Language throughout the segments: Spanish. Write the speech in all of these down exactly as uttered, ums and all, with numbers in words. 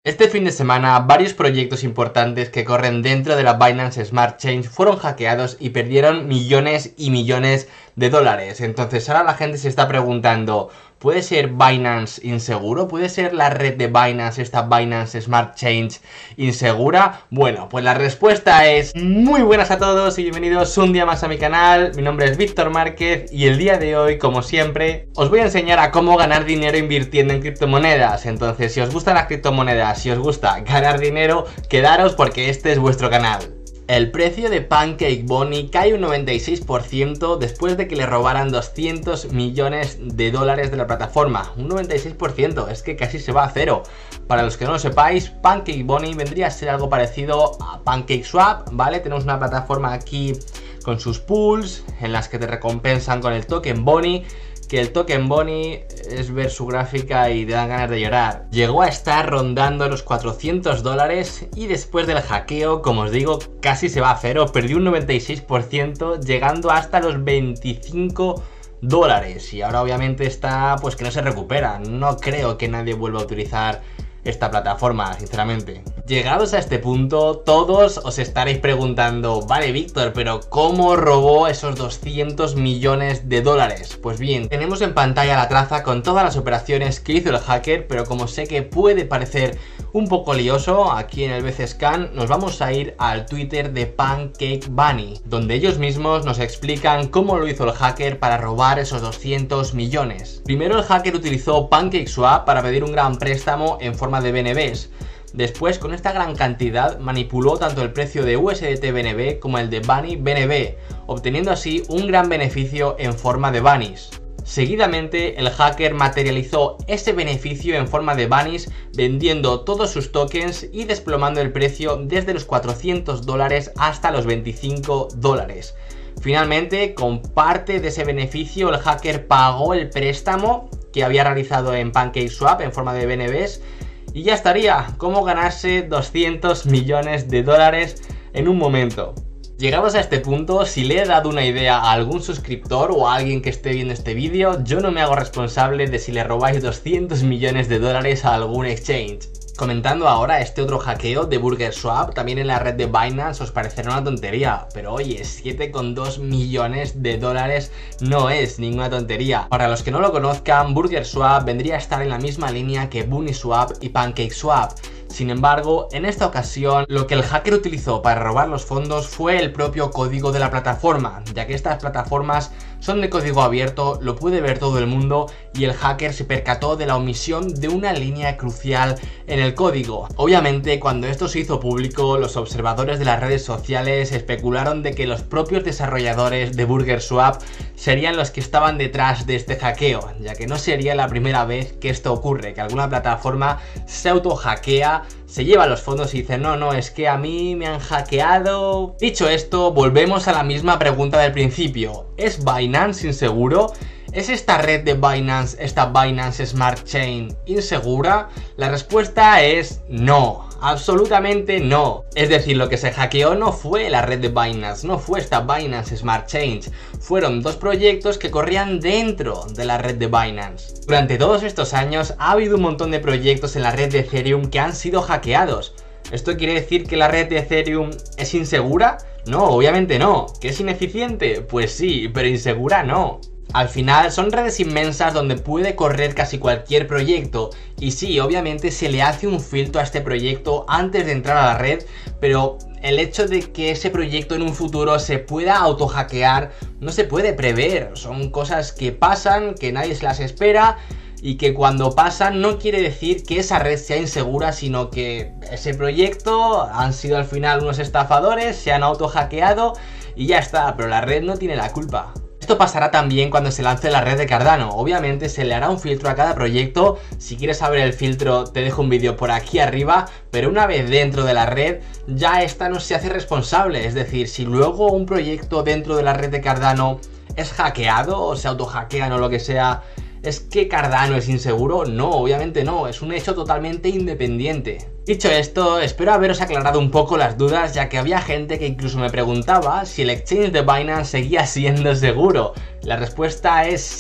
Este fin de semana, varios proyectos importantes que corren dentro de la Binance Smart Chain fueron hackeados y perdieron millones y millones de dólares. Entonces ahora la gente se está preguntando, ¿puede ser Binance inseguro? ¿Puede ser la red de Binance, esta Binance Smart Chain, insegura? Bueno, pues la respuesta es muy buenas a todos y bienvenidos un día más a mi canal. Mi nombre es Víctor Márquez y el día de hoy, como siempre, os voy a enseñar a cómo ganar dinero invirtiendo en criptomonedas. Entonces, si os gustan las criptomonedas, si os gusta ganar dinero, quedaros porque este es vuestro canal. El precio de Pancake Bunny cae un noventa y seis por ciento después de que le robaran doscientos millones de dólares de la plataforma. Un noventa y seis por ciento, es que casi se va a cero. Para los que no lo sepáis, Pancake Bunny vendría a ser algo parecido a PancakeSwap, ¿vale? Tenemos una plataforma aquí con sus pools en las que te recompensan con el token Bunny, que el token Bunny es ver su gráfica y te dan ganas de llorar. Llegó a estar rondando los cuatrocientos dólares y después del hackeo, como os digo, casi se va a cero, perdió un noventa y seis por ciento llegando hasta los veinticinco dólares y ahora obviamente está pues que no se recupera. No creo que nadie vuelva a utilizar esta plataforma, sinceramente. Llegados a este punto, todos os estaréis preguntando, vale Víctor, pero ¿cómo robó esos doscientos millones de dólares? Pues bien, tenemos en pantalla la traza con todas las operaciones que hizo el hacker, pero como sé que puede parecer un poco lioso, aquí en el B C Scan nos vamos a ir al Twitter de Pancake Bunny, donde ellos mismos nos explican cómo lo hizo el hacker para robar esos doscientos millones. Primero el hacker utilizó PancakeSwap para pedir un gran préstamo en forma de B N Bs. Después, con esta gran cantidad, manipuló tanto el precio de U S D T B N B como el de Bunny B N B, obteniendo así un gran beneficio en forma de bunnies. Seguidamente, el hacker materializó ese beneficio en forma de bunnies, vendiendo todos sus tokens y desplomando el precio desde los cuatrocientos dólares hasta los veinticinco dólares. Finalmente, con parte de ese beneficio, el hacker pagó el préstamo que había realizado en PancakeSwap en forma de B N Bs y ya estaría. ¿Cómo ganarse doscientos millones de dólares en un momento? Llegados a este punto, si le he dado una idea a algún suscriptor o a alguien que esté viendo este vídeo, yo no me hago responsable de si le robáis doscientos millones de dólares a algún exchange. Comentando ahora este otro hackeo de BurgerSwap, también en la red de Binance, os parecerá una tontería, pero oye, siete coma dos millones de dólares no es ninguna tontería. Para los que no lo conozcan, BurgerSwap vendría a estar en la misma línea que BunnySwap y PancakeSwap. Sin embargo, en esta ocasión, lo que el hacker utilizó para robar los fondos fue el propio código de la plataforma, ya que estas plataformas son de código abierto, lo puede ver todo el mundo y el hacker se percató de la omisión de una línea crucial en el código. Obviamente, cuando esto se hizo público, los observadores de las redes sociales especularon de que los propios desarrolladores de BurgerSwap serían los que estaban detrás de este hackeo, ya que no sería la primera vez que esto ocurre, que alguna plataforma se auto-hackea, se lleva los fondos y dice, no, no, es que a mí me han hackeado. Dicho esto, volvemos a la misma pregunta del principio. ¿Es Binance inseguro? ¿Es esta red de Binance, esta Binance Smart Chain, insegura? La respuesta es no, absolutamente no. Es decir, lo que se hackeó no fue la red de Binance, no fue esta Binance Smart Chain. Fueron dos proyectos que corrían dentro de la red de Binance. Durante todos estos años ha habido un montón de proyectos en la red de Ethereum que han sido hackeados. ¿Esto quiere decir que la red de Ethereum es insegura? No, obviamente no. ¿Que es ineficiente? Pues sí, pero insegura no. Al final son redes inmensas donde puede correr casi cualquier proyecto y sí, obviamente se le hace un filtro a este proyecto antes de entrar a la red, pero el hecho de que ese proyecto en un futuro se pueda auto-hackear no se puede prever. Son cosas que pasan, que nadie se las espera y que cuando pasan no quiere decir que esa red sea insegura, sino que ese proyecto han sido al final unos estafadores, se han auto-hackeado y ya está, pero la red no tiene la culpa. Esto pasará también cuando se lance la red de Cardano. Obviamente se le hará un filtro a cada proyecto. Si quieres saber el filtro te dejo un vídeo por aquí arriba, pero una vez dentro de la red ya esta no se hace responsable. Es decir, si luego un proyecto dentro de la red de Cardano es hackeado o se auto-hackean o lo que sea, ¿es que Cardano es inseguro? No, obviamente no, es un hecho totalmente independiente. Dicho esto, espero haberos aclarado un poco las dudas, ya que había gente que incluso me preguntaba si el exchange de Binance seguía siendo seguro. La respuesta es sí.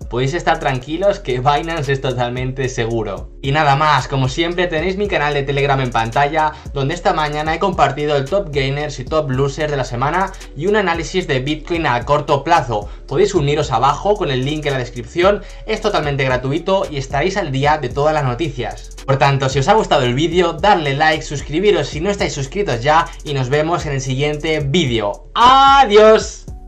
podéis estar tranquilos que Binance es totalmente seguro. Y nada más, como siempre tenéis mi canal de Telegram en pantalla, donde esta mañana he compartido el top gainers y top losers de la semana y un análisis de Bitcoin a corto plazo. Podéis uniros abajo con el link en la descripción, es totalmente gratuito y estaréis al día de todas las noticias. Por tanto, si os ha gustado el vídeo, darle like, suscribiros si no estáis suscritos ya y nos vemos en el siguiente vídeo. ¡Adiós!